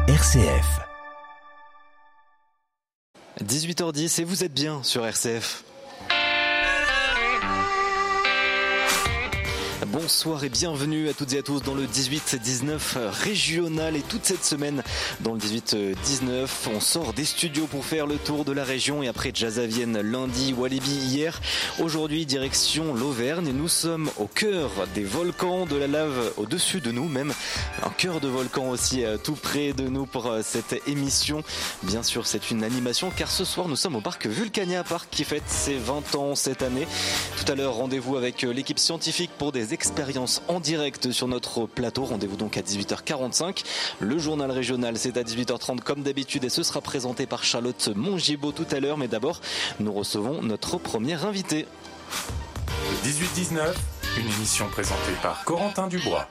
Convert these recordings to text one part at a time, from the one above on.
RCF. 18h10 et vous êtes bien sur RCF. Bonsoir et bienvenue à toutes et à tous dans le 18-19 régional, et toute cette semaine dans le 18-19 on sort des studios pour faire le tour de la région, et après Jazz à Vienne lundi, Walibi hier, aujourd'hui direction l'Auvergne. Nous sommes au cœur des volcans, de la lave au-dessus de nous, même un cœur de volcan aussi tout près de nous pour cette émission. Bien sûr c'est une animation car ce soir nous sommes au parc Vulcania, parc qui fête ses 20 ans cette année. Tout à l'heure rendez-vous avec l'équipe scientifique pour des expérience en direct sur notre plateau. Rendez-vous donc à 18h45. Le journal régional, c'est à 18h30 comme d'habitude, et ce sera présenté par Charlotte Mongibaud tout à l'heure. Mais d'abord, nous recevons notre premier invité. Le 18-19, une émission présentée par Corentin Dubois.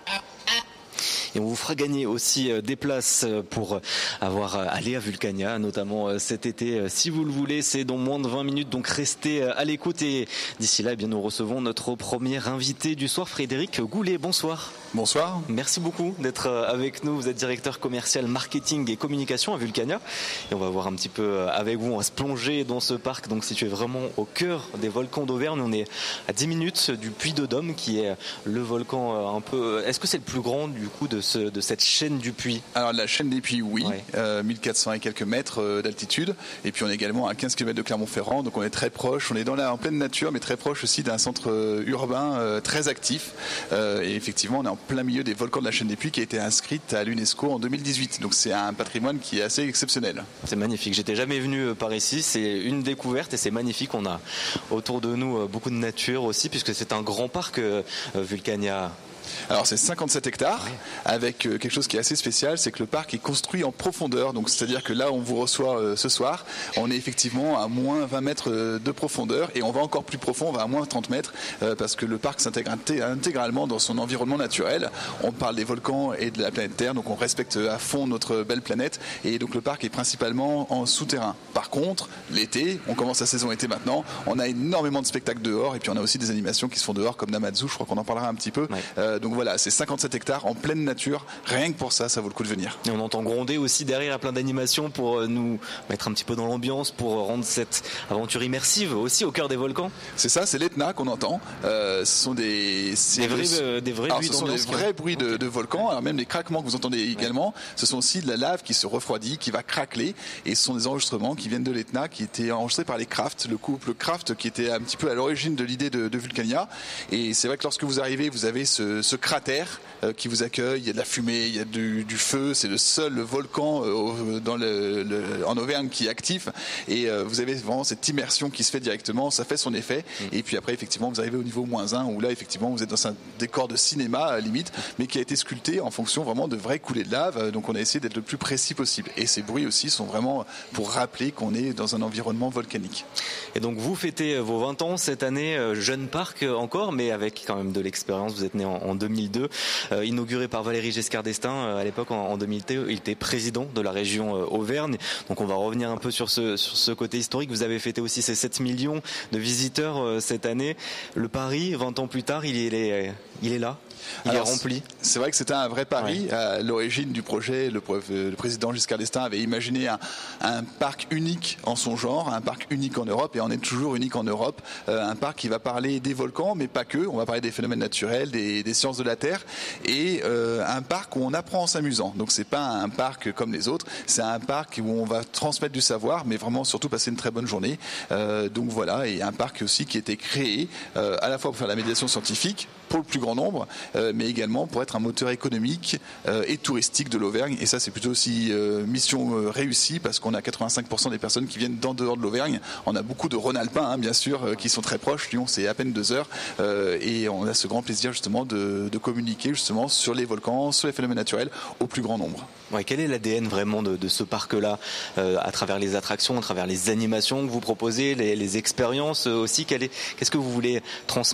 Et on vous fera gagner aussi des places pour aller à Vulcania, notamment cet été, si vous le voulez. C'est dans moins de 20 minutes, donc restez à l'écoute. Et d'ici là, eh bien, nous recevons notre premier invité du soir, Frédéric Goulet. Bonsoir. Bonsoir. Merci beaucoup d'être avec nous. Vous êtes directeur commercial marketing et communication à Vulcania. Et on va voir un petit peu avec vous, on va se plonger dans ce parc, donc situé vraiment au cœur des volcans d'Auvergne. On est à 10 minutes du Puy de Dôme, qui est le volcan un peu... Est-ce que c'est le plus grand du coup de cette chaîne du Puy? Alors la chaîne des Puys, oui, ouais. 1400 et quelques mètres d'altitude, et puis on est également à 15 km de Clermont-Ferrand, donc on est très proche, on est en pleine nature, mais très proche aussi d'un centre urbain très actif, et effectivement on est en plein milieu des volcans de la chaîne des Puys, qui a été inscrite à l'UNESCO en 2018, donc c'est un patrimoine qui est assez exceptionnel. C'est magnifique, j'étais jamais venu par ici, c'est une découverte et c'est magnifique. On a autour de nous beaucoup de nature aussi, puisque c'est un grand parc Vulcania. Alors c'est 57 hectares, avec quelque chose qui est assez spécial, c'est que le parc est construit en profondeur, donc c'est-à-dire que là on vous reçoit ce soir, on est effectivement à moins 20 mètres de profondeur, et on va encore plus profond, on va à moins 30 mètres, parce que le parc s'intègre intégralement dans son environnement naturel. On parle des volcans et de la planète Terre, donc on respecte à fond notre belle planète, et donc le parc est principalement en souterrain. Par contre, l'été, on commence la saison été maintenant, on a énormément de spectacles dehors, et puis on a aussi des animations qui se font dehors, comme Namadzu, je crois qu'on en parlera un petit peu. Ouais. Donc voilà, c'est 57 hectares en pleine nature. Rien que pour ça, ça vaut le coup de venir. Et on entend gronder aussi derrière plein d'animations pour nous mettre un petit peu dans l'ambiance, pour rendre cette aventure immersive aussi au cœur des volcans. C'est ça, c'est l'Etna qu'on entend. Ce sont des vrais bruits ce sont des vrais bruits de volcans. Alors même les craquements que vous entendez également, ce sont aussi de la lave qui se refroidit, qui va craqueler. Et ce sont des enregistrements qui viennent de l'Etna, qui étaient enregistrés par les Kraft, le couple Kraft qui était un petit peu à l'origine de l'idée de Vulcania. Et c'est vrai que lorsque vous arrivez, vous avez ce cratère qui vous accueille, il y a de la fumée, il y a du feu, c'est le seul volcan en Auvergne qui est actif, et vous avez vraiment cette immersion qui se fait directement, ça fait son effet. Et puis après effectivement vous arrivez au niveau -1 où là effectivement vous êtes dans un décor de cinéma à la limite, mais qui a été sculpté en fonction vraiment de vraies coulées de lave, donc on a essayé d'être le plus précis possible, et ces bruits aussi sont vraiment pour rappeler qu'on est dans un environnement volcanique. Et donc vous fêtez vos 20 ans cette année, jeune parc encore, mais avec quand même de l'expérience. Vous êtes né en 2002, inauguré par Valéry Giscard d'Estaing à l'époque en 2002. Il était président de la région Auvergne. Donc on va revenir un peu sur ce côté historique. Vous avez fêté aussi ces 7 millions de visiteurs cette année. Le pari, 20 ans plus tard, il est là. Il est rempli. C'est vrai que c'était un vrai pari. Ouais. À l'origine du projet, le président Giscard d'Estaing avait imaginé un parc unique en son genre, un parc unique en Europe, et on est toujours unique en Europe. Un parc qui va parler des volcans, mais pas que. On va parler des phénomènes naturels, des sciences de la Terre, et un parc où on apprend en s'amusant. Donc c'est pas un parc comme les autres, c'est un parc où on va transmettre du savoir, mais vraiment surtout passer une très bonne journée. Donc voilà, et un parc aussi qui a été créé à la fois pour faire la médiation scientifique, pour le plus grand nombre, mais également pour être un moteur économique et touristique de l'Auvergne. Et ça, c'est plutôt aussi mission réussie, parce qu'on a 85% des personnes qui viennent d'en dehors de l'Auvergne. On a beaucoup de Rhône-Alpins, bien sûr, qui sont très proches. Lyon, c'est à peine 2 heures. Et on a ce grand plaisir, justement, de communiquer justement sur les volcans, sur les phénomènes naturels, au plus grand nombre. Ouais, quel est l'ADN vraiment de ce parc-là, à travers les attractions, à travers les animations que vous proposez, les expériences aussi? Qu'est-ce que vous voulez transmettre?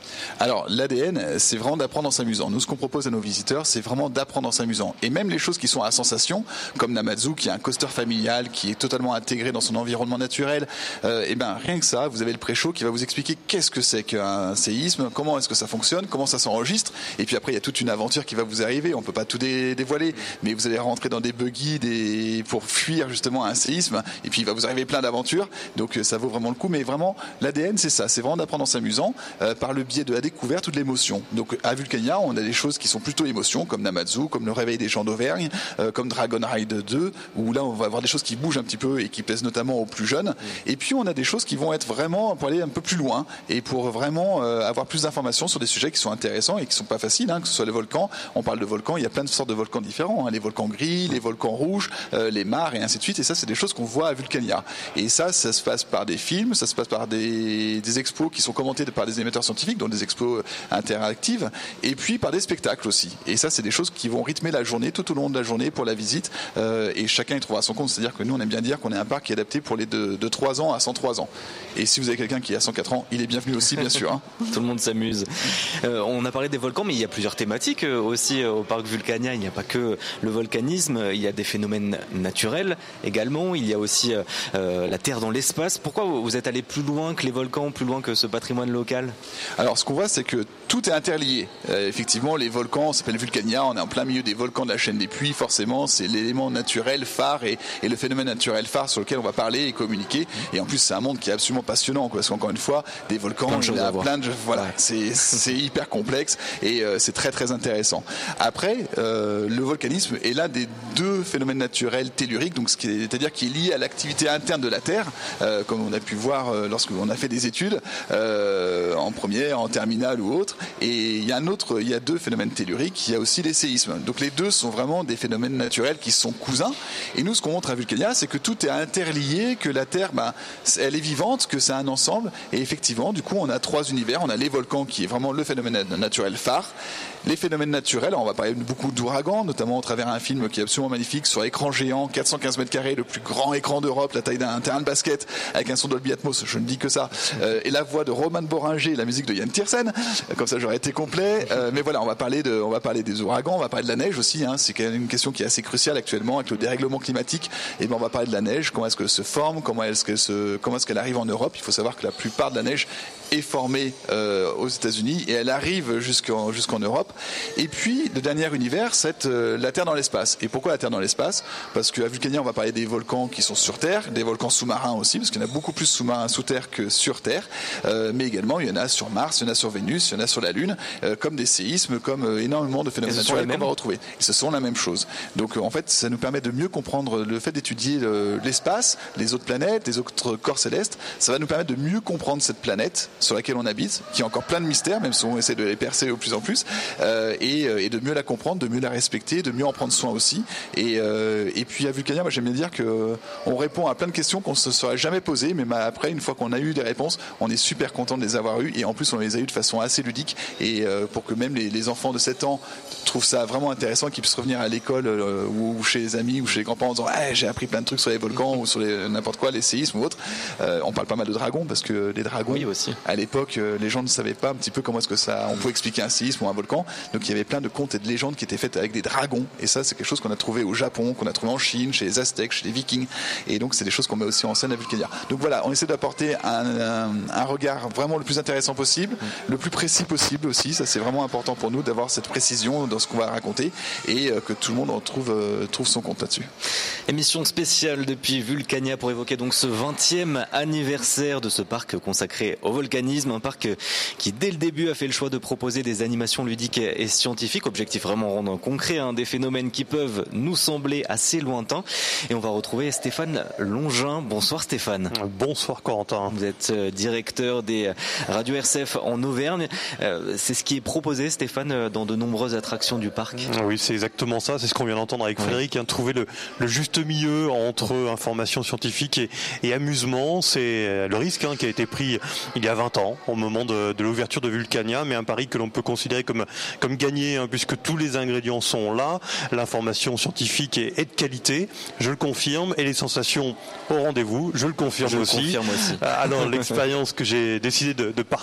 Alors l'ADN, c'est vraiment d'apprendre en s'amusant. Nous, ce qu'on propose à nos visiteurs, c'est vraiment d'apprendre en s'amusant. Et même les choses qui sont à sensation, comme Namazu, qui est un coaster familial, qui est totalement intégré dans son environnement naturel, rien que ça, vous avez le pré-show qui va vous expliquer qu'est-ce que c'est qu'un séisme, comment est-ce que ça fonctionne, comment ça s'enregistre. Et puis après, il y a toute une aventure qui va vous arriver. On peut pas tout dévoiler, mais vous allez rentrer dans des buggy pour fuir justement un séisme. Et puis il va vous arriver plein d'aventures. Donc ça vaut vraiment le coup. Mais vraiment, l'ADN, c'est ça. C'est vraiment d'apprendre en s'amusant par le biais de la découverte ou de l'émotion. Donc à Vulcania, on a des choses qui sont plutôt émotions, comme Namazu, comme le réveil des gens d'Auvergne, comme Dragon Ride 2, où là on va avoir des choses qui bougent un petit peu et qui plaisent notamment aux plus jeunes. Et puis on a des choses qui vont être vraiment pour aller un peu plus loin et pour vraiment avoir plus d'informations sur des sujets qui sont intéressants et qui sont pas faciles, que ce soit les volcans. On parle de volcans, il y a plein de sortes de volcans différents, les volcans gris, les volcans rouges, les mares et ainsi de suite. Et ça, c'est des choses qu'on voit à Vulcania. Et ça se passe par des films, ça se passe par des expos qui sont commentés par des émetteurs scientifiques, donc des expos interactives, et puis par des spectacles aussi. Et ça, c'est des choses qui vont rythmer la journée, tout au long de la journée pour la visite, et chacun y trouvera son compte. C'est-à-dire que nous, on aime bien dire qu'on est un parc qui est adapté pour les de 3 ans à 103 ans. Et si vous avez quelqu'un qui a 104 ans, il est bienvenu aussi, bien sûr. Tout le monde s'amuse. On a parlé des volcans, mais il y a plusieurs thématiques aussi au parc Vulcania. Il n'y a pas que le volcanisme, il y a des phénomènes naturels également. Il y a aussi la Terre dans l'espace. Pourquoi vous êtes allé plus loin que les volcans, plus loin que ce patrimoine local ? Alors, ce qu'on voit, c'est que tout est interlié. Effectivement, les volcans, on s'appelle Vulcania, on est en plein milieu des volcans de la chaîne des Puys, forcément, c'est l'élément naturel phare et le phénomène naturel phare sur lequel on va parler et communiquer. Et en plus, c'est un monde qui est absolument passionnant, parce qu'encore une fois, des volcans, il y a plein de... Voilà, c'est hyper complexe et c'est très très intéressant. Après, le volcanisme est l'un des 2 phénomènes naturels telluriques, donc c'est-à-dire qui est lié à l'activité interne de la Terre, comme on a pu voir lorsqu'on a fait des études en première, en terminale ou autre. Et il y a 2 phénomènes telluriques, il y a aussi les séismes. Donc les 2 sont vraiment des phénomènes naturels qui sont cousins. Et nous, ce qu'on montre à Vulcania, c'est que tout est interlié, que la Terre, elle est vivante, que c'est un ensemble. Et effectivement, du coup, on a 3 univers. On a les volcans, qui est vraiment le phénomène naturel phare. Les phénomènes naturels, on va parler beaucoup d'ouragans, notamment au travers d'un film qui est absolument magnifique sur écran géant, 415 mètres carrés, le plus grand écran d'Europe, la taille d'un terrain de basket, avec un son Dolby Atmos, je ne dis que ça, et la voix de Roman Boringer et la musique de Yann Tiersen, comme ça j'aurais été complet. Mais voilà, on va parler des ouragans, on va parler de la neige aussi, c'est quand même une question qui est assez cruciale actuellement avec le dérèglement climatique. Et on va parler de la neige, comment est-ce qu'elle se forme, comment est-ce qu'elle arrive en Europe. Il faut savoir que la plupart de la neige est formée aux États-Unis et elle arrive jusqu'en Europe. Et puis le dernier univers, c'est la Terre dans l'espace. Et pourquoi la Terre dans l'espace ? Parce qu'à Vulcania, on va parler des volcans qui sont sur Terre, des volcans sous-marins aussi, parce qu'il y en a beaucoup plus sous-marins sous Terre que sur Terre. Mais également, il y en a sur Mars, il y en a sur Vénus, il y en a sur la Lune, comme des séismes, comme énormément de phénomènes naturels qu'on va retrouver. Et ce sont la même chose. Donc en fait, ça nous permet de mieux comprendre le fait d'étudier l'espace, les autres planètes, les autres corps célestes. Ça va nous permettre de mieux comprendre cette planète sur laquelle on habite, qui a encore plein de mystères, même si on essaie de les percer de plus en plus, et de mieux la comprendre, de mieux la respecter, de mieux en prendre soin aussi. Et puis à Vulcania, moi j'aime bien dire qu'on répond à plein de questions qu'on ne se serait jamais posées, mais après, une fois qu'on a eu des réponses, on est super content de les avoir eues, et en plus on les a eues de façon assez ludique, et pour que même les enfants de 7 ans trouvent ça vraiment intéressant, qu'ils puissent revenir à l'école ou chez les amis ou chez les grands-parents en disant j'ai appris plein de trucs sur les volcans ou sur n'importe quoi, les séismes ou autres. On parle pas mal de dragons, parce que les dragons, oui, aussi. À l'époque, les gens ne savaient pas un petit peu comment est-ce que on pouvait expliquer un séisme ou un volcan. Donc il y avait plein de contes et de légendes qui étaient faites avec des dragons, et ça c'est quelque chose qu'on a trouvé au Japon, qu'on a trouvé en Chine, chez les Aztèques, chez les Vikings, et donc c'est des choses qu'on met aussi en scène à Vulcania. Donc voilà, on essaie d'apporter un regard vraiment le plus intéressant possible, le plus précis possible aussi. Ça c'est vraiment important pour nous d'avoir cette précision dans ce qu'on va raconter, et que tout le monde trouve son compte là-dessus. Émission spéciale depuis Vulcania pour évoquer donc ce 20e anniversaire de ce parc consacré au volcanisme, un parc qui dès le début a fait le choix de proposer des animations ludiques et scientifiques, objectif vraiment rendre concret des phénomènes qui peuvent nous sembler assez lointains. Et on va retrouver Stéphane Longin. Bonsoir Stéphane. Bonsoir Corentin. Vous êtes directeur des radios RCF en Auvergne. C'est ce qui est proposé, Stéphane, dans de nombreuses attractions du parc. Oui, c'est exactement ça, c'est ce qu'on vient d'entendre avec Frédéric, trouver le juste milieu entre information scientifique et amusement. C'est le risque qui a été pris il y a 20 ans au moment de l'ouverture de Vulcania, mais un pari que l'on peut considérer comme gagné, puisque tous les ingrédients sont là, l'information scientifique est de qualité, je le confirme, et les sensations au rendez-vous, je le confirme aussi. Alors l'expérience que j'ai décidé de partager, on peut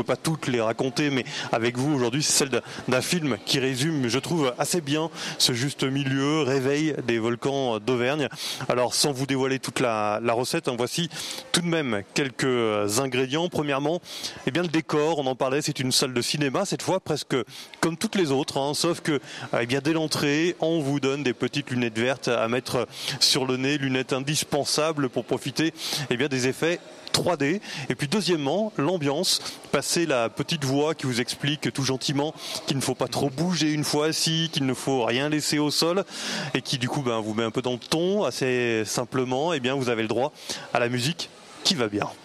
pas toutes les raconter, mais avec vous aujourd'hui, c'est celle d'un film qui résume, je trouve, assez bien ce juste milieu, réveil des volcans d'Auvergne. Alors, sans vous dévoiler toute la recette, voici tout de même quelques ingrédients. Premièrement, le décor, on en parlait, c'est une salle de cinéma, cette fois presque comme toutes les autres, sauf que dès l'entrée, on vous donne des petites lunettes vertes à mettre sur le nez, lunettes indispensables pour profiter des effets 3D. Et puis deuxièmement, l'ambiance, passer la petite voix qui vous explique tout gentiment qu'il ne faut pas trop bouger une fois assis, qu'il ne faut rien laisser au sol et qui du coup vous met un peu dans le ton assez simplement, vous avez le droit à la musique qui va bien.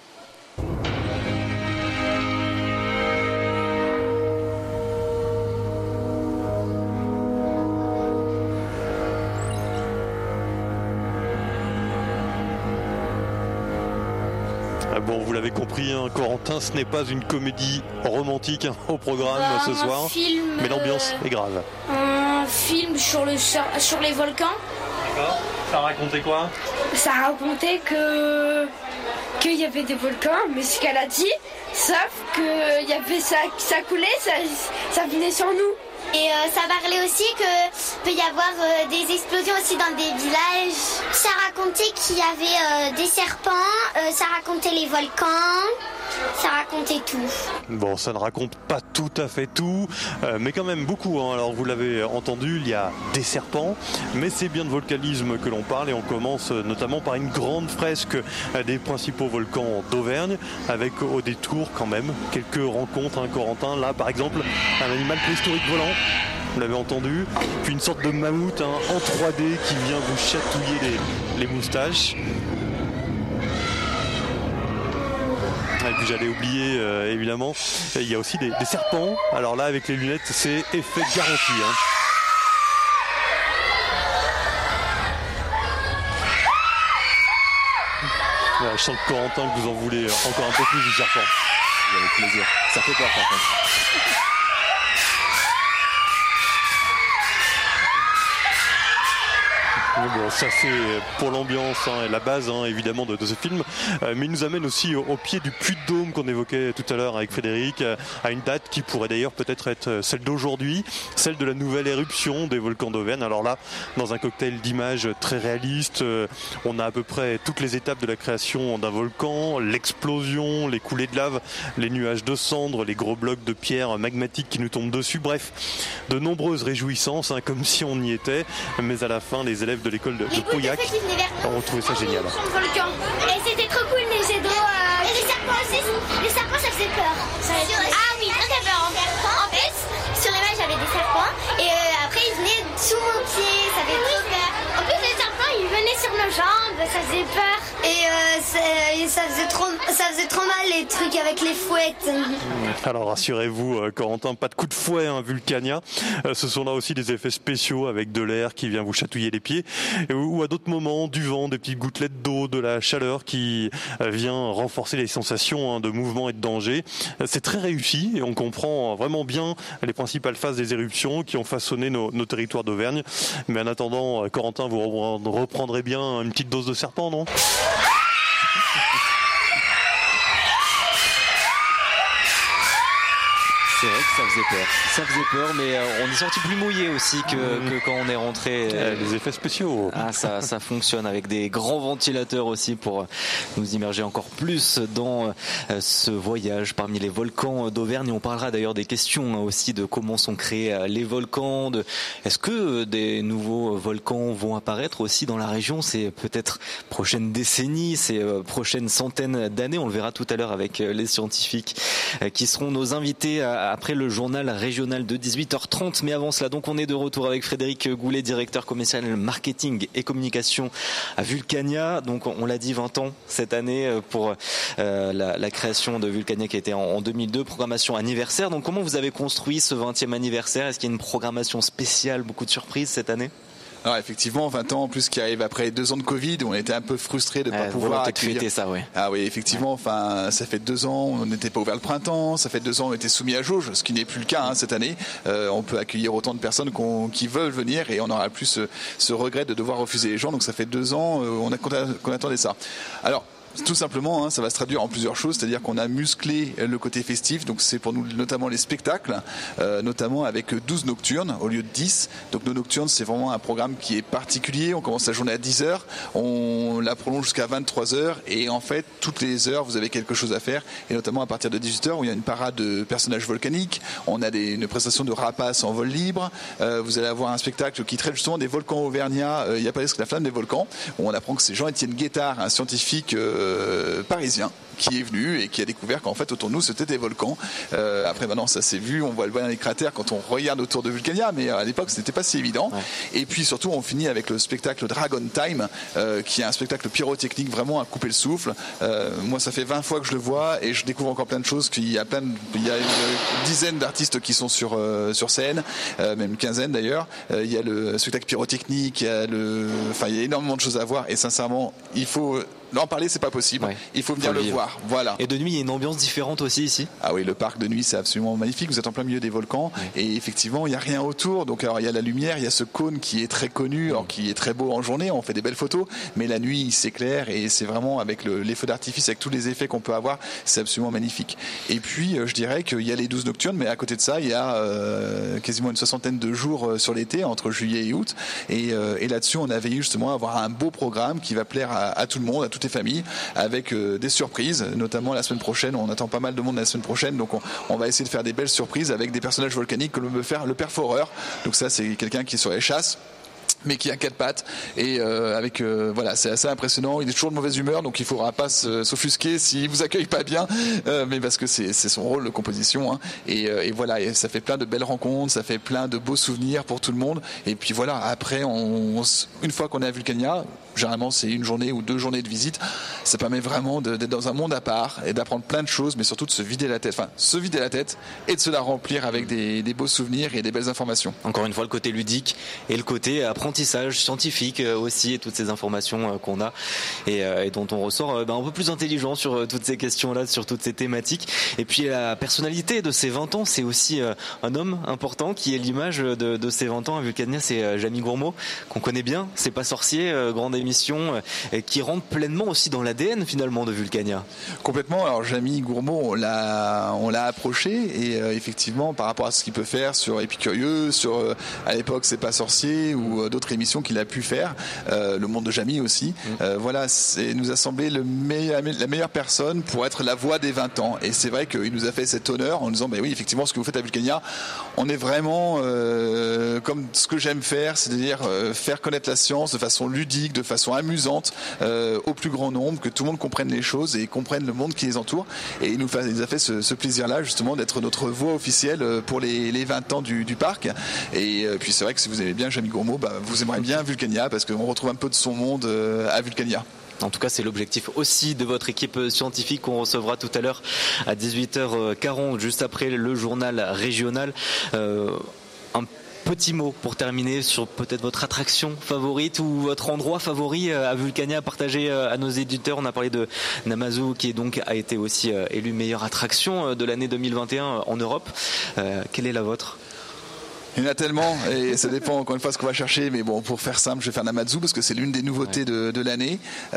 Bon, vous l'avez compris, Corentin, ce n'est pas une comédie romantique au programme ce soir, mais l'ambiance est grave. Un film sur les volcans. D'accord. Ça racontait quoi? Ça racontait qu'il y avait des volcans, mais ce qu'elle a dit, sauf que y avait ça coulait, ça venait sur nous. Et ça parlait aussi qu'il peut y avoir des explosions aussi dans des villages. Ça racontait qu'il y avait des serpents, ça racontait les volcans, ça racontait tout. Bon, ça ne raconte pas tout à fait tout, mais quand même beaucoup. Alors vous l'avez entendu, il y a des serpents, mais c'est bien de volcanisme que l'on parle et on commence notamment par une grande fresque des principaux volcans d'Auvergne, avec au détour quand même quelques rencontres, Corentin. Là par exemple, un animal préhistorique volant. Vous l'avez entendu, puis une sorte de mammouth en 3D qui vient vous chatouiller les moustaches. Et puis j'allais oublier évidemment, il y a aussi des serpents. Alors là avec les lunettes c'est effet garanti. Voilà, je sens que Corentin que vous en voulez encore un peu plus du serpent. Avec plaisir. Ça fait peur par contre. Bon, ça c'est pour l'ambiance et la base évidemment de ce film, mais il nous amène aussi au pied du Puy de Dôme qu'on évoquait tout à l'heure avec Frédéric, à une date qui pourrait d'ailleurs peut-être être celle d'aujourd'hui, celle de la nouvelle éruption des volcans d'Auvergne. Alors là, dans un cocktail d'images très réaliste, on a à peu près toutes les étapes de la création d'un volcan, l'explosion, les coulées de lave, les nuages de cendres, les gros blocs de pierre magmatiques qui nous tombent dessus, bref, de nombreuses réjouissances, comme si on y était, mais à la fin les élèves de l'école de Pauillac ont trouvé ça génial. Et c'était trop cool les jets d'eau. Et les serpents aussi. Les serpents ça faisait peur. Ah oui, très peur. En plus, sur l'image j'avais des serpents et après ils venaient sous mon pied, ça fait trop peur. En plus les serpents ils venaient sur nos jambes, ça faisait peur. Et ça faisait trop mal les trucs avec les fouettes. Alors rassurez-vous Corentin, pas de coup de fouet Vulcania. Ce sont là aussi des effets spéciaux avec de l'air qui vient vous chatouiller les pieds ou à d'autres moments du vent, des petites gouttelettes d'eau, de la chaleur qui vient renforcer les sensations de mouvement et de danger. C'est très réussi et on comprend vraiment bien les principales phases des éruptions qui ont façonné nos territoires d'Auvergne. Mais en attendant, Corentin, vous reprendrez bien une petite dose de serpent, non ? C'est vrai que ça faisait peur. Ça faisait peur, mais on est sorti plus mouillé aussi que quand on est rentré. Les effets spéciaux. Ah, ça fonctionne avec des grands ventilateurs aussi pour nous immerger encore plus dans ce voyage parmi les volcans d'Auvergne. On parlera d'ailleurs des questions aussi de comment sont créés les volcans. Est-ce que des nouveaux volcans vont apparaître aussi dans la région? C'est peut-être prochaine décennie, c'est prochaines centaines d'années. On le verra tout à l'heure avec les scientifiques qui seront nos invités après le journal régional de 18h30. Mais avant cela, donc, on est de retour avec Frédéric Goulet, directeur commercial marketing et communication à Vulcania. Donc, on l'a dit, 20 ans cette année pour la création de Vulcania qui a été en 2002, programmation anniversaire. Donc, comment vous avez construit ce 20e anniversaire? Est-ce qu'il y a une programmation spéciale, beaucoup de surprises cette année? Alors effectivement, 20 ans en plus qui arrive après 2 ans de Covid, où on était un peu frustrés de ne pas pouvoir accueillir. Ça, ouais. Ah oui, effectivement. Enfin, ça fait 2 ans, on n'était pas ouvert le printemps. Ça fait 2 ans, on était soumis à jauge, ce qui n'est plus le cas cette année. On peut accueillir autant de personnes qui veulent venir, et on n'aura plus ce regret de devoir refuser les gens. Donc ça fait 2 ans, qu'on attendait ça. Alors, Tout simplement, ça va se traduire en plusieurs choses, c'est-à-dire qu'on a musclé le côté festif, donc c'est pour nous notamment les spectacles, notamment avec 12 nocturnes au lieu de 10. Donc nos nocturnes, c'est vraiment un programme qui est particulier. On commence la journée à 10h, on la prolonge jusqu'à 23h et en fait, toutes les heures, vous avez quelque chose à faire, et notamment à partir de 18h où il y a une parade de personnages volcaniques, on a une prestation de rapaces en vol libre, vous allez avoir un spectacle qui traite justement des volcans auvergnats, il y a pas la flamme des volcans, où on apprend que c'est Jean-Étienne Guettard, un scientifique parisien, qui est venu et qui a découvert qu'en fait autour de nous c'était des volcans. Après maintenant ça s'est vu, on voit le voile dans les cratères quand on regarde autour de Vulcania, mais à l'époque ce n'était pas si évident. Ouais. Et puis surtout on finit avec le spectacle Dragon Time, qui est un spectacle pyrotechnique vraiment à couper le souffle. Moi ça fait 20 fois que je le vois et je découvre encore plein de choses. Il y a une dizaine d'artistes qui sont sur scène, même une quinzaine d'ailleurs. Il y a le spectacle pyrotechnique, il y a énormément de choses à voir et sincèrement il faut en parler, c'est pas possible. Ouais, il faut venir le voir. Voilà. Et de nuit, il y a une ambiance différente aussi ici. Ah oui, le parc de nuit, c'est absolument magnifique. Vous êtes en plein milieu des volcans et effectivement, il y a rien autour. Donc, alors, il y a la lumière, il y a ce cône qui est très connu, alors, qui est très beau en journée. On fait des belles photos, mais la nuit, il s'éclaire et c'est vraiment avec les feux d'artifice, avec tous les effets qu'on peut avoir, c'est absolument magnifique. Et puis, je dirais qu'il y a les 12 nocturnes, mais à côté de ça, il y a quasiment une 60aine de jours sur l'été, entre juillet et août. Et là-dessus, on a veillé justement à avoir un beau programme qui va plaire à tout le monde, à toutes les familles, avec des surprises, notamment la semaine prochaine. On attend pas mal de monde la semaine prochaine, donc on va essayer de faire des belles surprises avec des personnages volcaniques comme le père Foreur. Donc ça, c'est quelqu'un qui est sur les chasses, mais qui a 4 pattes et voilà, c'est assez impressionnant. Il est toujours de mauvaise humeur, donc il faudra pas s'offusquer s'il vous accueille pas bien, mais parce que c'est son rôle de composition, et voilà, et ça fait plein de belles rencontres, ça fait plein de beaux souvenirs pour tout le monde. Et puis voilà, après une fois qu'on est à Vulcania, généralement c'est une journée ou 2 journées de visite, ça permet vraiment d'être dans un monde à part et d'apprendre plein de choses, mais surtout de se vider la tête et de se la remplir avec des beaux souvenirs et des belles informations. Encore une fois, le côté ludique et le côté apprentissage scientifique aussi, et toutes ces informations qu'on a et dont on ressort un peu plus intelligent sur toutes ces questions-là, sur toutes ces thématiques. Et puis la personnalité de ces 20 ans, c'est aussi un homme important qui est l'image de ces 20 ans à Vulcania, c'est Jamie Gourmaud, qu'on connaît bien. C'est pas sorcier, grande émission qui rentre pleinement aussi dans l'ADN finalement de Vulcania. Complètement. Alors Jamie Gourmaud, on l'a approché et effectivement par rapport à ce qu'il peut faire sur Épicurieux, sur à l'époque C'est pas sorcier ou d'autres émissions qu'il a pu faire, le monde de Jamie aussi. Voilà, nous a semblé la meilleure personne pour être la voix des 20 ans. Et c'est vrai qu'il nous a fait cet honneur en nous disant, oui, effectivement, ce que vous faites à Vulcania, on est vraiment comme ce que j'aime faire, c'est-à-dire faire connaître la science de façon ludique, de façon amusante, au plus grand nombre, que tout le monde comprenne les choses et comprenne le monde qui les entoure. Et il nous a fait ce plaisir-là, justement, d'être notre voix officielle pour les 20 ans du parc. Et puis c'est vrai que si vous aimez bien Jamie Gourmaud, vous aimerez bien Vulcania, parce qu'on retrouve un peu de son monde à Vulcania. En tout cas, c'est l'objectif aussi de votre équipe scientifique qu'on recevra tout à l'heure à 18h40, juste après le journal régional. Un petit mot pour terminer sur peut-être votre attraction favorite ou votre endroit favori à Vulcania à partager à nos éditeurs. On a parlé de Namazu qui a été aussi élu meilleure attraction de l'année 2021 en Europe. Quelle est la vôtre ? Il y en a tellement et ça dépend encore une fois ce qu'on va chercher, mais bon, pour faire simple, je vais faire Namazu parce que c'est l'une des nouveautés de l'année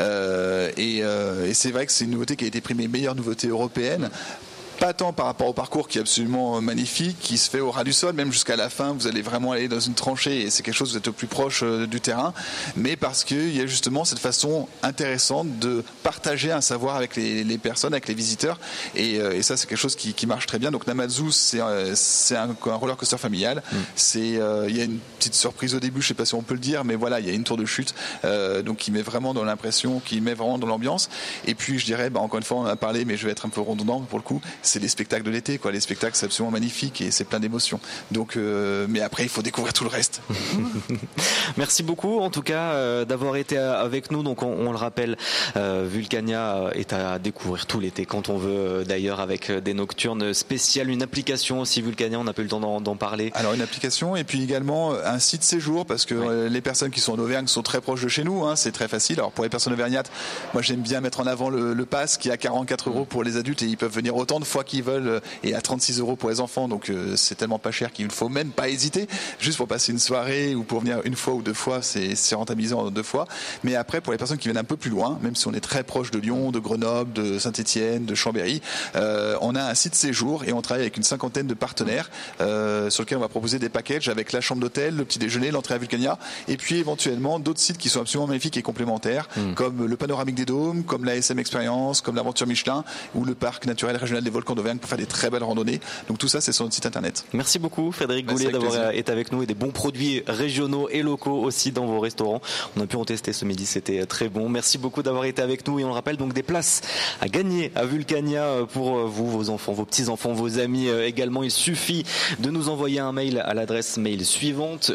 et c'est vrai que c'est une nouveauté qui a été primée meilleure nouveauté européenne. Pas tant par rapport au parcours qui est absolument magnifique, qui se fait au ras du sol, même jusqu'à la fin, vous allez vraiment aller dans une tranchée et c'est quelque chose, vous êtes au plus proche du terrain, mais parce qu'il y a justement cette façon intéressante de partager un savoir avec les personnes, avec les visiteurs, et ça c'est quelque chose qui marche très bien. Donc Namazu, c'est un roller coaster familial. Il y a une petite surprise au début, je sais pas si on peut le dire, mais voilà, il y a une tour de chute, donc qui met vraiment dans l'impression, qui met vraiment dans l'ambiance. Et puis je dirais, encore une fois, on en a parlé, mais je vais être un peu redondant pour le coup, c'est les spectacles de l'été, quoi. Les spectacles, c'est absolument magnifique et c'est plein d'émotions. Donc, mais après, il faut découvrir tout le reste. Merci beaucoup, en tout cas, d'avoir été avec nous. Donc, on le rappelle, Vulcania est à découvrir tout l'été quand on veut. D'ailleurs, avec des nocturnes spéciales, une application aussi Vulcania. On n'a pas eu le temps d'en parler. Alors, une application et puis également un site séjour parce que les personnes qui sont en Auvergne sont très proches de chez nous. C'est très facile. Alors, pour les personnes auvergnates, moi, j'aime bien mettre en avant le pass qui est à 44 € pour les adultes et ils peuvent venir autant de fois fois qu'ils veulent et à 36 € pour les enfants. Donc c'est tellement pas cher qu'il ne faut même pas hésiter. Juste pour passer une soirée ou pour venir une fois ou deux fois, c'est rentabilisé en 2 fois. Mais après, pour les personnes qui viennent un peu plus loin, même si on est très proche de Lyon, de Grenoble, de Saint-Étienne, de Chambéry, on a un site séjour et on travaille avec une 50aine de partenaires sur lequel on va proposer des packages avec la chambre d'hôtel, le petit déjeuner, l'entrée à Vulcania et puis éventuellement d'autres sites qui sont absolument magnifiques et complémentaires comme le Panoramique des Dômes, comme la SM Experience, comme l'Aventure Michelin ou le Parc naturel régional des volcans d'Auvergne pour faire des très belles randonnées. Donc tout ça, c'est sur notre site internet. Merci beaucoup Frédéric Goulet d'avoir été avec nous et des bons produits régionaux et locaux aussi dans vos restaurants. On a pu en tester ce midi, c'était très bon. Merci beaucoup d'avoir été avec nous et on le rappelle donc des places à gagner à Vulcania pour vous, vos enfants, vos petits-enfants, vos amis également. Il suffit de nous envoyer un mail à l'adresse mail suivante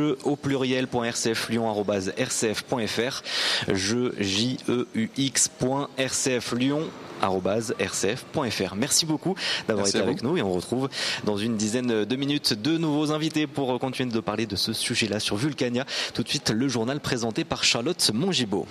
jeux@rcflyon@rcf.fr jeux.rcflyon@rcf.fr. Merci beaucoup d'avoir été avec nous et on retrouve dans une dizaine de minutes de nouveaux invités pour continuer de parler de ce sujet-là sur Vulcania. Tout de suite, le journal présenté par Charlotte Mongibaud.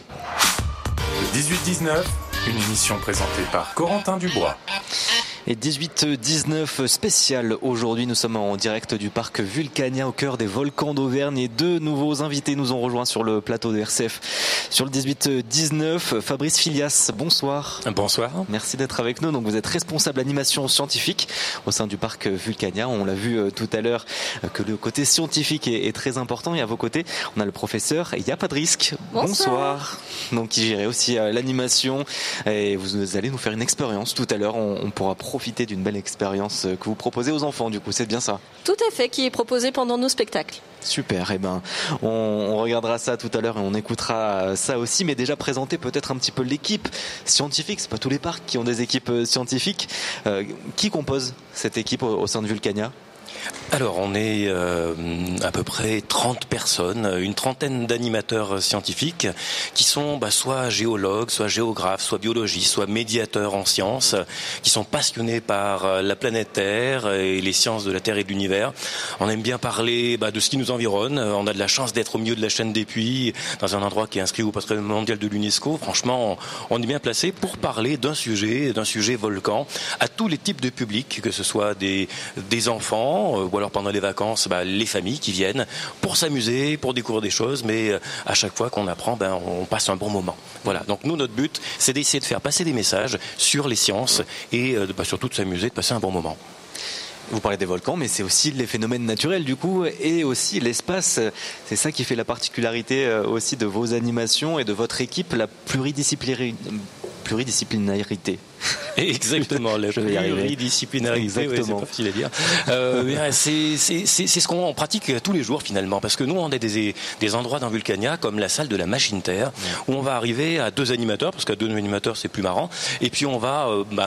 18-19, une émission présentée par Corentin Dubois. Et 18-19 spécial aujourd'hui, nous sommes en direct du parc Vulcania au cœur des volcans d'Auvergne et 2 nouveaux invités nous ont rejoints sur le plateau de RCF sur le 18-19. Fabrice Filias, bonsoir. Bonsoir. Merci d'être avec nous. Donc vous êtes responsable animation scientifique au sein du parc Vulcania. On l'a vu tout à l'heure que le côté scientifique est très important et à vos côtés on a le professeur Il n'y a pas de risque. Bonsoir. Donc qui gérait aussi l'animation et vous allez nous faire une expérience tout à l'heure. On pourra profiter d'une belle expérience que vous proposez aux enfants, du coup, c'est bien ça? Tout à fait, qui est proposé pendant nos spectacles. Super, et on regardera ça tout à l'heure et on écoutera ça aussi, mais déjà présenter peut-être un petit peu l'équipe scientifique. C'est pas tous les parcs qui ont des équipes scientifiques. Qui compose cette équipe au sein de Vulcania? Alors on est à peu près 30 personnes, une trentaine d'animateurs scientifiques qui sont soit géologues, soit géographes, soit biologistes, soit médiateurs en sciences, qui sont passionnés par la planète Terre et les sciences de la Terre et de l'univers. On aime bien parler de ce qui nous environne. On a de la chance d'être au milieu de la chaîne des Puys, dans un endroit qui est inscrit au patrimoine mondial de l'UNESCO. Franchement, on est bien placé pour parler d'un sujet volcan, à tous les types de publics, que ce soit des enfants, ou alors pendant les vacances, les familles qui viennent pour s'amuser, pour découvrir des choses, mais à chaque fois qu'on apprend, on passe un bon moment. Voilà. Donc nous, notre but, c'est d'essayer de faire passer des messages sur les sciences et surtout de s'amuser, de passer un bon moment. Vous parlez des volcans, mais c'est aussi les phénomènes naturels du coup, et aussi l'espace. C'est ça qui fait la particularité aussi de vos animations et de votre équipe, la pluridisciplinarité. Exactement, la pluridisciplinarité. Exactement. Ouais, c'est pas facile à dire. C'est ce qu'on pratique tous les jours finalement, parce que nous on a des endroits dans Vulcania comme la salle de la Machine Terre où on va arriver à 2 animateurs, parce qu'à 2 animateurs c'est plus marrant, et puis on va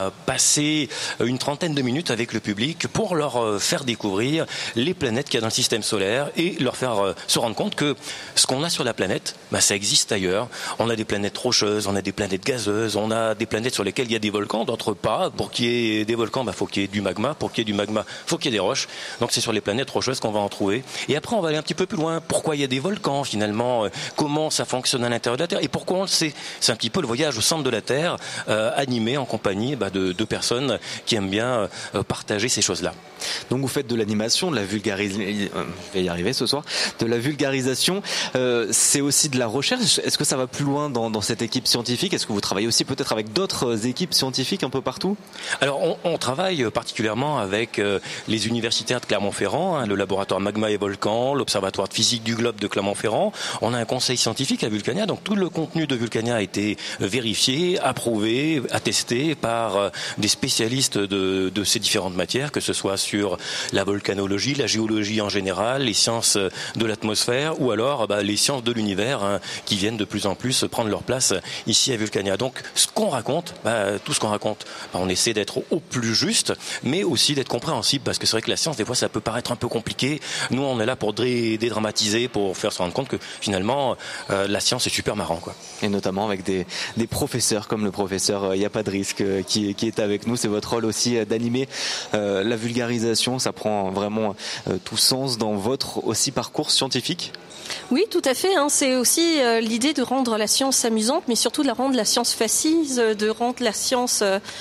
passer une trentaine de minutes avec le public pour leur faire découvrir les planètes qu'il y a dans le système solaire et leur faire se rendre compte que ce qu'on a sur la planète, ça existe ailleurs. On a des planètes rocheuses, on a des planètes gazeuses, on a des planètes sur lesquelles il y a des volcans, d'autres pas. Pour qu'il y ait des volcans, faut qu'il y ait du magma. Pour qu'il y ait du magma, faut qu'il y ait des roches. Donc c'est sur les planètes rocheuses qu'on va en trouver. Et après, on va aller un petit peu plus loin. Pourquoi il y a des volcans finalement? Comment ça fonctionne à l'intérieur de la Terre? Et pourquoi on le sait? C'est un petit peu le voyage au centre de la Terre, animé en compagnie de personnes qui aiment bien partager ces choses-là. Donc vous faites de l'animation, de la vulgarisation. Je vais y arriver ce soir. De la vulgarisation. C'est aussi de la recherche. Est-ce que ça va plus loin dans cette équipe scientifique? Est-ce que vous travaillez aussi peut-être avec d'autres équipes scientifiques un peu partout? Alors on travaille particulièrement avec les universitaires de Clermont-Ferrand, le laboratoire Magma et Volcan, l'observatoire de physique du globe de Clermont-Ferrand. On a un conseil scientifique à Vulcania, donc tout le contenu de Vulcania a été vérifié, approuvé, attesté par des spécialistes de ces différentes matières, que ce soit sur la volcanologie, la géologie en général, les sciences de l'atmosphère ou alors les sciences de l'univers qui viennent de plus en plus prendre leur place ici à Vulcania. Donc ce qu'on raconte, tout ce qu'on raconte, on essaie d'être au plus juste, mais aussi d'être compréhensible, parce que c'est vrai que la science, des fois, ça peut paraître un peu compliqué. Nous, on est là pour dédramatiser, pour faire se rendre compte que finalement, la science est super marrant, quoi. Et notamment avec des professeurs comme le professeur Il n'y a pas de risque qui est avec nous. C'est votre rôle aussi d'animer la vulgarisation. Ça prend vraiment tout sens dans votre aussi parcours scientifique. Oui, tout à fait. C'est aussi l'idée de rendre la science amusante, mais surtout de rendre la science facile, de rendre la science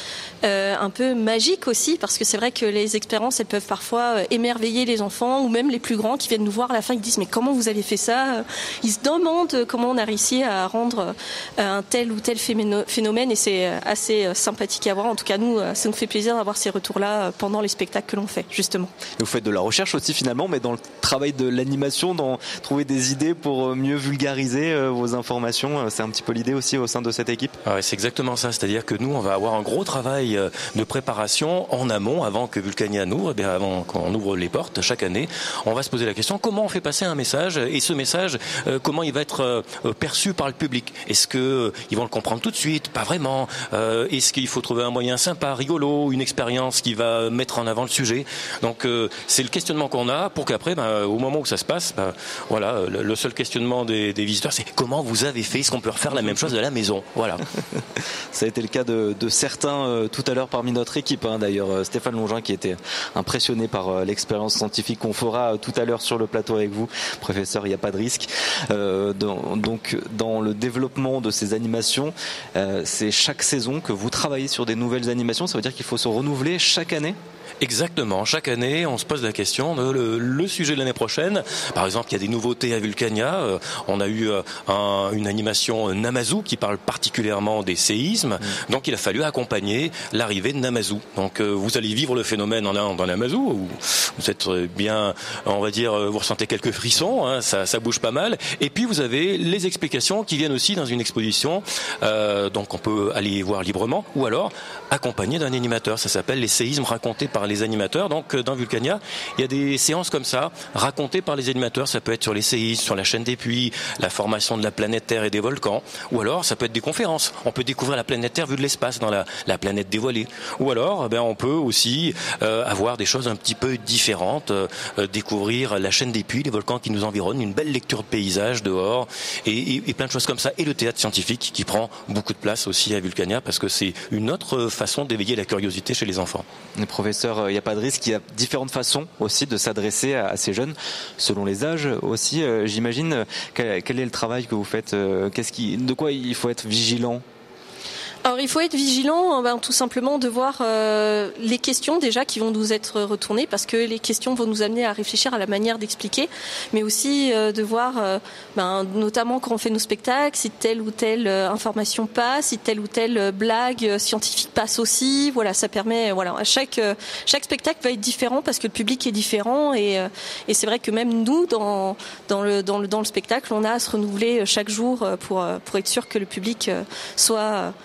un peu magique aussi, parce que c'est vrai que les expériences, elles peuvent parfois émerveiller les enfants ou même les plus grands qui viennent nous voir à la fin, ils disent mais comment vous avez fait ça? Ils se demandent comment on a réussi à rendre un tel ou tel phénomène, et c'est assez sympathique à voir. En tout cas, nous, ça nous fait plaisir d'avoir ces retours-là pendant les spectacles que l'on fait, justement. Et vous faites de la recherche aussi finalement, mais dans le travail de l'animation, dans trouver des idées pour mieux vulgariser vos informations, c'est un petit peu l'idée aussi au sein de cette équipe. Ouais, c'est exactement ça, c'est-à-dire que nous, on va avoir un gros travail de préparation en amont, avant que Vulcania n'ouvre, avant qu'on ouvre les portes chaque année. On va se poser la question, comment on fait passer un message, et ce message, comment il va être perçu par le public? Est-ce qu'ils vont le comprendre tout de suite? Pas vraiment. Est-ce qu'il faut trouver un moyen sympa, rigolo, une expérience qui va mettre en avant le sujet? Donc c'est le questionnement qu'on a pour qu'après, au moment où ça se passe, voilà, le seul questionnement des visiteurs, c'est comment vous avez fait? Est-ce qu'on peut refaire la même chose à la maison? Voilà. Ça a été le cas de certains tout à l'heure parmi notre équipe, d'ailleurs Stéphane Longin qui était impressionné par l'expérience scientifique qu'on fera tout à l'heure sur le plateau avec vous, professeur, il n'y a pas de risque. Donc dans le développement de ces animations, c'est chaque saison que vous travaillez sur des nouvelles animations, ça veut dire qu'il faut se renouveler chaque année? Exactement. Chaque année, on se pose la question de le sujet de l'année prochaine. Par exemple, il y a des nouveautés à Vulcania. On a eu une animation Namazu qui parle particulièrement des séismes. Donc, il a fallu accompagner l'arrivée de Namazu. Donc, vous allez vivre le phénomène dans Namazu. Où vous êtes bien, on va dire, vous ressentez quelques frissons. Ça bouge pas mal. Et puis, vous avez les explications qui viennent aussi dans une exposition. Donc, on peut aller voir librement ou alors accompagné d'un animateur. Ça s'appelle les séismes racontés par les animateurs. Donc dans Vulcania, il y a des séances comme ça, racontées par les animateurs. Ça peut être sur les séismes, sur la chaîne des puits, la formation de la planète Terre et des volcans. Ou alors, ça peut être des conférences. On peut découvrir la planète Terre vue de l'espace dans la planète dévoilée. Ou alors, on peut aussi avoir des choses un petit peu différentes, découvrir la chaîne des puits, les volcans qui nous environnent, une belle lecture de paysage dehors et plein de choses comme ça. Et le théâtre scientifique qui prend beaucoup de place aussi à Vulcania parce que c'est une autre façon d'éveiller la curiosité chez les enfants. Les professeurs, il n'y a pas de risque, il y a différentes façons aussi de s'adresser à ces jeunes, selon les âges aussi. J'imagine, quel est le travail que vous faites? De quoi il faut être vigilant? Alors il faut être vigilant, tout simplement de voir les questions déjà qui vont nous être retournées, parce que les questions vont nous amener à réfléchir à la manière d'expliquer, mais aussi de voir, notamment quand on fait nos spectacles, si telle ou telle information passe, si telle ou telle blague scientifique passe aussi. Voilà, ça permet, chaque spectacle va être différent parce que le public est différent, et c'est vrai que même nous dans le spectacle, on a à se renouveler chaque jour pour être sûr que le public soit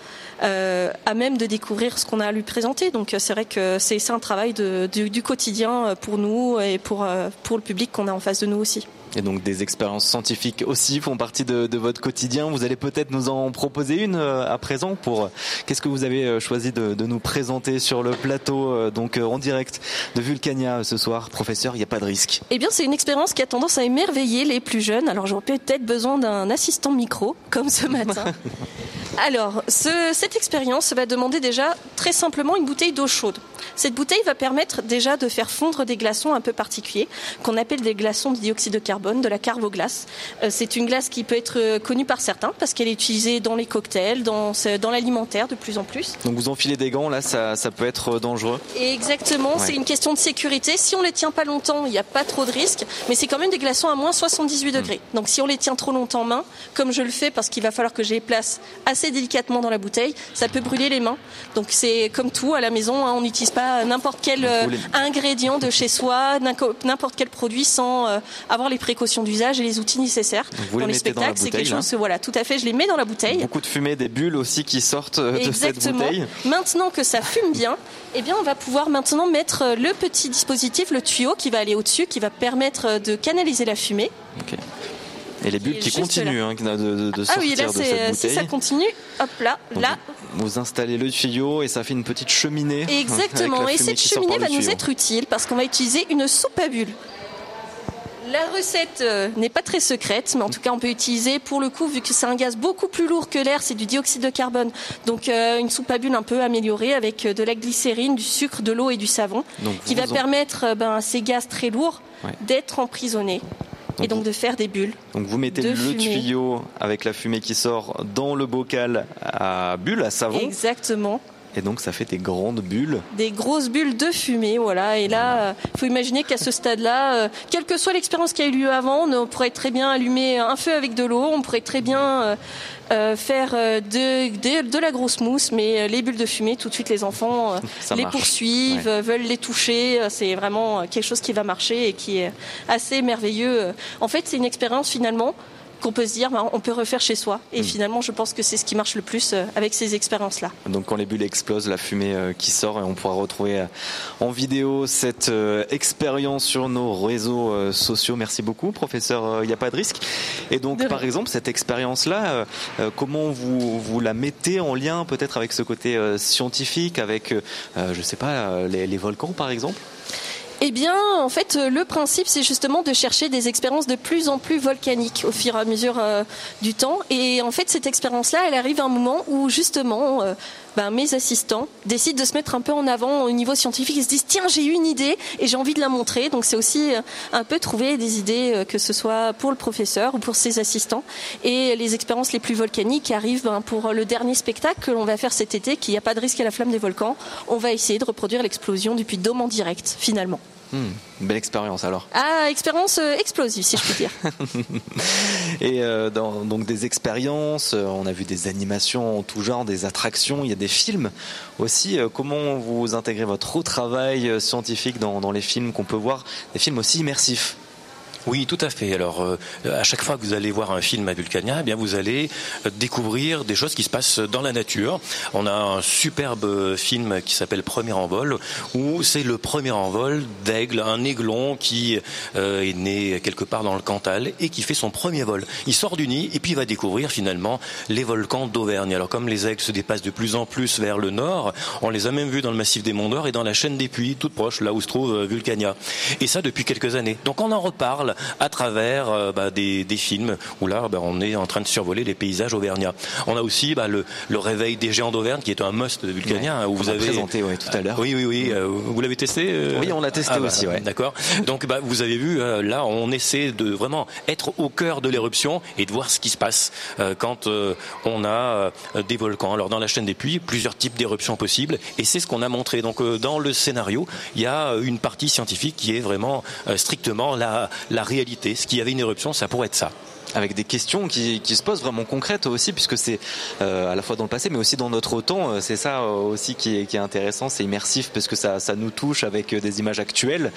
à même de découvrir ce qu'on a à lui présenter. Donc c'est vrai que c'est un travail du quotidien pour nous et pour le public qu'on a en face de nous aussi. Et donc des expériences scientifiques aussi font partie de votre quotidien. Vous allez peut-être nous en proposer une à présent. Qu'est-ce que vous avez choisi de nous présenter sur le plateau, donc en direct de Vulcania ce soir, professeur, il n'y a pas de risque? Eh bien, c'est une expérience qui a tendance à émerveiller les plus jeunes. Alors j'aurais peut-être besoin d'un assistant micro, comme ce matin. Alors, cette expérience va demander déjà très simplement une bouteille d'eau chaude. Cette bouteille va permettre déjà de faire fondre des glaçons un peu particuliers, qu'on appelle des glaçons de dioxyde de carbone, de la carboglace. C'est une glace qui peut être connue par certains parce qu'elle est utilisée dans les cocktails, dans l'alimentaire de plus en plus. Donc vous enfilez des gants, là ça peut être dangereux. Exactement, ouais. C'est une question de sécurité. Si on les tient pas longtemps, il n'y a pas trop de risque, mais c'est quand même des glaçons à moins 78 degrés. Donc si on les tient trop longtemps en main, comme je le fais parce qu'il va falloir que je les place assez délicatement dans la bouteille, ça peut brûler les mains. Donc c'est comme tout à la maison, on n'utilise pas n'importe quel ingrédient de chez soi, n'importe quel produit sans avoir les précautions d'usage et les outils nécessaires. Dans les spectacles, c'est quelque chose, tout à fait, je les mets dans la bouteille. Beaucoup de fumée, des bulles aussi qui sortent de cette bouteille. Maintenant que ça fume bien, on va pouvoir maintenant mettre le petit dispositif, le tuyau qui va aller au-dessus, qui va permettre de canaliser la fumée. Okay. Et les bulles qui continuent de sortir de cette bouteille. Si ça continue, hop là. Vous installez le tuyau et ça fait une petite cheminée. Exactement, et cette cheminée va nous être utile parce qu'on va utiliser une soupe à bulles. La recette n'est pas très secrète, mais en tout cas on peut utiliser, pour le coup, vu que c'est un gaz beaucoup plus lourd que l'air, c'est du dioxyde de carbone, donc une soupe à bulles un peu améliorée avec de la glycérine, du sucre, de l'eau et du savon, qui va permettre à ces gaz très lourds d'être emprisonnés. Et donc de faire des bulles. Donc vous mettez le tuyau avec la fumée qui sort dans le bocal à bulles, à savon. Exactement. Et donc ça fait des grandes bulles. Des grosses bulles de fumée, voilà. Et là, faut imaginer qu'à ce stade-là, quelle que soit l'expérience qui a eu lieu avant, on pourrait très bien allumer un feu avec de l'eau, on pourrait très bien faire de la grosse mousse, mais les bulles de fumée, tout de suite les enfants les poursuivent, veulent les toucher. C'est vraiment quelque chose qui va marcher et qui est assez merveilleux. En fait, c'est une expérience finalement qu'on peut se dire, on peut refaire chez soi. Et finalement, je pense que c'est ce qui marche le plus avec ces expériences-là. Donc quand les bulles explosent, la fumée qui sort, et on pourra retrouver en vidéo cette expérience sur nos réseaux sociaux. Merci beaucoup, professeur. Il n'y a pas de risque. Et donc, par exemple, cette expérience-là, comment vous la mettez en lien peut-être avec ce côté scientifique, avec, je sais pas, les volcans, par exemple ? Eh bien, en fait, le principe, c'est justement de chercher des expériences de plus en plus volcaniques au fur et à mesure du temps. Et en fait, cette expérience-là, elle arrive à un moment où, justement, mes assistants décident de se mettre un peu en avant au niveau scientifique. Ils se disent, tiens, j'ai eu une idée et j'ai envie de la montrer. Donc, c'est aussi un peu trouver des idées, que ce soit pour le professeur ou pour ses assistants. Et les expériences les plus volcaniques arrivent pour le dernier spectacle que l'on va faire cet été, qui n'y a pas de risque à la flamme des volcans. On va essayer de reproduire l'explosion du Puy de Dôme en direct, finalement. Belle expérience alors. Expérience explosive, si je puis dire. Et donc des expériences, on a vu des animations en tout genre, des attractions, il y a des films aussi. Comment vous intégrez votre travail scientifique dans les films qu'on peut voir, des films aussi immersifs? Oui, tout à fait. Alors, à chaque fois que vous allez voir un film à Vulcania, eh bien, vous allez découvrir des choses qui se passent dans la nature. On a un superbe film qui s'appelle Premier envol, où c'est le premier envol d'aigle, un aiglon qui est né quelque part dans le Cantal et qui fait son premier vol. Il sort du nid et puis il va découvrir finalement les volcans d'Auvergne. Alors, comme les aigles se déplacent de plus en plus vers le nord, on les a même vus dans le massif des Monts d'Or et dans la chaîne des Puys, toute proche, là où se trouve Vulcania. Et ça depuis quelques années. Donc, on en reparle à travers des films où là on est en train de survoler les paysages auvergnats. On a aussi le réveil des géants d'Auvergne qui est un must de Vulcania, où vous avez présenté tout à l'heure. Oui. Vous l'avez testé Oui, on l'a testé aussi. D'accord. Donc vous avez vu là, on essaie de vraiment être au cœur de l'éruption et de voir ce qui se passe quand on a des volcans. Alors dans la chaîne des Puys, plusieurs types d'éruptions possibles, et c'est ce qu'on a montré. Donc dans le scénario, il y a une partie scientifique qui est vraiment strictement la réalité. Ce qu'il y avait une éruption, ça pourrait être ça. Avec des questions qui se posent vraiment concrètes aussi, puisque c'est à la fois dans le passé mais aussi dans notre temps. C'est ça aussi qui est intéressant, c'est immersif parce que ça nous touche avec des images actuelles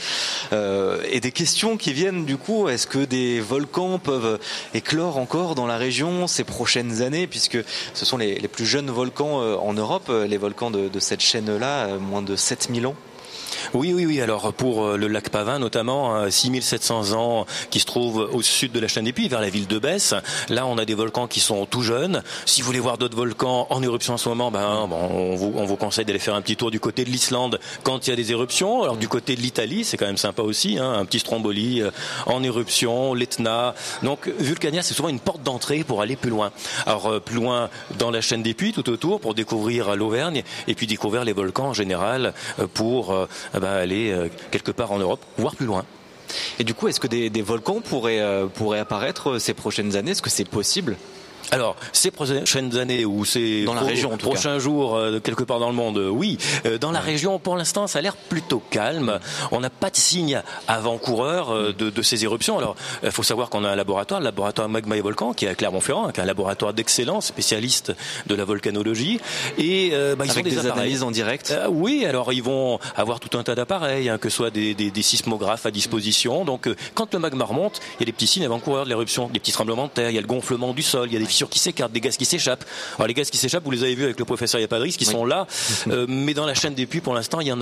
et des questions qui viennent du coup. Est-ce que des volcans peuvent éclore encore dans la région ces prochaines années, puisque ce sont les plus jeunes volcans en Europe, les volcans de cette chaîne-là, moins de 7000 ans? Oui. Alors pour le lac Pavin notamment, 6700 ans qui se trouve au sud de la chaîne des Puys, vers la ville de Besse. Là, on a des volcans qui sont tout jeunes. Si vous voulez voir d'autres volcans en éruption en ce moment, on vous conseille d'aller faire un petit tour du côté de l'Islande quand il y a des éruptions. Alors du côté de l'Italie, c'est quand même sympa aussi, un petit Stromboli en éruption, l'Etna. Donc Vulcania, c'est souvent une porte d'entrée pour aller plus loin. Alors plus loin dans la chaîne des Puys, tout autour, pour découvrir l'Auvergne et puis découvrir les volcans en général pour aller quelque part en Europe, voire plus loin. Et du coup, est-ce que des volcans pourraient apparaître ces prochaines années? Est-ce que c'est possible? Alors, ces prochaines années ou ces dans la région, prochains jours, quelque part dans le monde, oui. Dans la région, pour l'instant, ça a l'air plutôt calme. On n'a pas de signe avant-coureur de ces éruptions. Alors, il faut savoir qu'on a un laboratoire, le laboratoire Magma et Volcan, qui est à Clermont-Ferrand, qui est un laboratoire d'excellence, spécialiste de la volcanologie. Et ils avec ont des analyses en direct. Oui, alors ils vont avoir tout un tas d'appareils, que ce soit des sismographes à disposition. Donc, quand le magma remonte, il y a des petits signes avant-coureurs de l'éruption, des petits tremblements de terre, il y a le gonflement du sol, il y a des fissures qui s'écartent, des gaz qui s'échappent. Alors les gaz qui s'échappent, vous les avez vus avec le professeur Yapadris, qui sont là, mais dans la chaîne des Puys, pour l'instant, il y en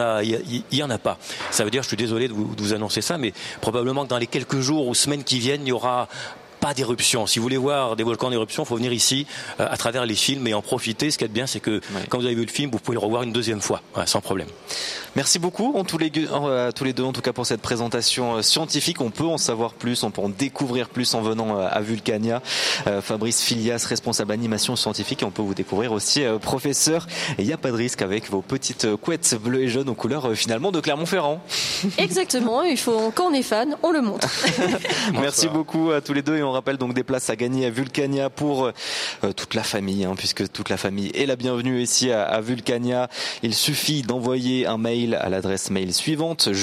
a pas. Ça veut dire, je suis désolé de vous annoncer ça, mais probablement que dans les quelques jours ou semaines qui viennent, il y aura pas d'éruption. Si vous voulez voir des volcans en éruption, il faut venir ici à travers les films et en profiter. Ce qu'il y a de bien, c'est que quand vous avez vu le film, vous pouvez le revoir une deuxième fois, sans problème. Merci beaucoup tous les deux en tout cas pour cette présentation scientifique. On peut en savoir plus, on peut en découvrir plus en venant à Vulcania. Fabrice Filias, responsable animation scientifique, et on peut vous découvrir aussi professeur. Et il n'y a pas de risque avec vos petites couettes bleues et jaunes aux couleurs finalement de Clermont-Ferrand. Exactement, quand on est fan, on le montre. Merci beaucoup à tous les deux et on on rappelle donc des places à gagner à Vulcania pour toute la famille, puisque toute la famille est la bienvenue ici à Vulcania. Il suffit d'envoyer un mail à l'adresse mail suivante,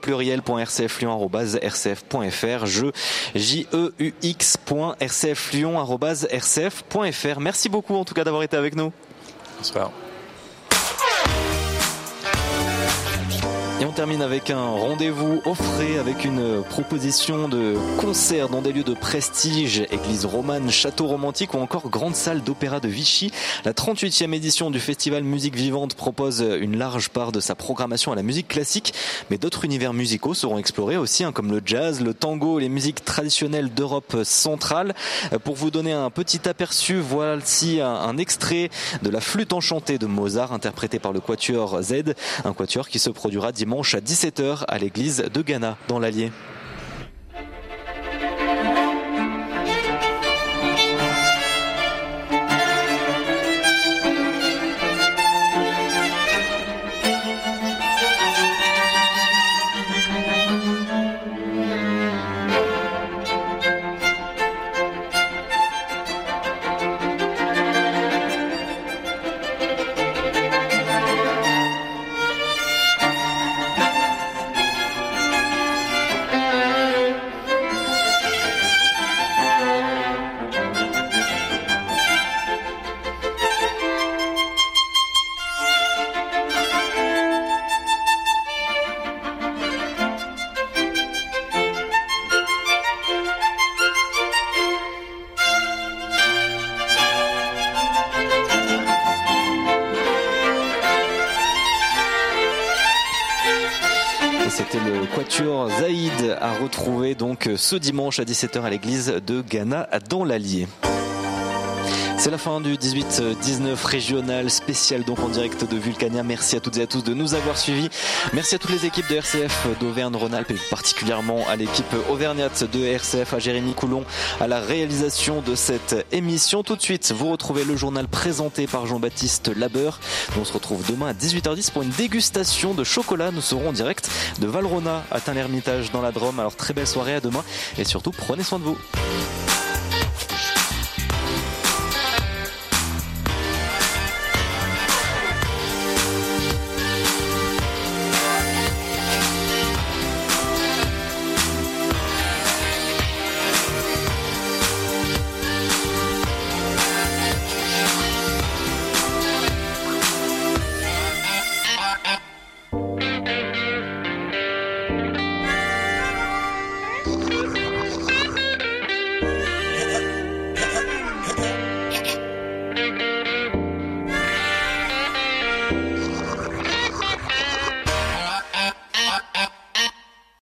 jeux@rcflyon@rcf.fr, jeux.rcflyon@rcf.fr. Merci beaucoup en tout cas d'avoir été avec nous. Bonsoir. Et on termine avec un rendez-vous au frais avec une proposition de concert dans des lieux de prestige, église romane, château romantique ou encore grande salle d'opéra de Vichy. La 38e édition du festival Musique Vivante propose une large part de sa programmation à la musique classique, mais d'autres univers musicaux seront explorés aussi, comme le jazz, le tango, les musiques traditionnelles d'Europe centrale. Pour vous donner un petit aperçu, voici un extrait de la flûte enchantée de Mozart interprété par le Quatuor Z, un quatuor qui se produira dimanche à 17h à l'église de Gannat dans l'Allier. C'était le Quatuor Zaïd à retrouver donc ce dimanche à 17h à l'église de Gannat dans l'Allier. C'est la fin du 18-19 régional spécial donc en direct de Vulcania. Merci à toutes et à tous de nous avoir suivis. Merci à toutes les équipes de RCF d'Auvergne-Rhône-Alpes et particulièrement à l'équipe auvergnate de RCF, à Jérémy Coulon à la réalisation de cette émission. Tout de suite, vous retrouvez le journal présenté par Jean-Baptiste Labeur. On se retrouve demain à 18h10 pour une dégustation de chocolat. Nous serons en direct de Valrhona à Tain-l'Hermitage dans la Drôme. Alors très belle soirée, à demain et surtout prenez soin de vous.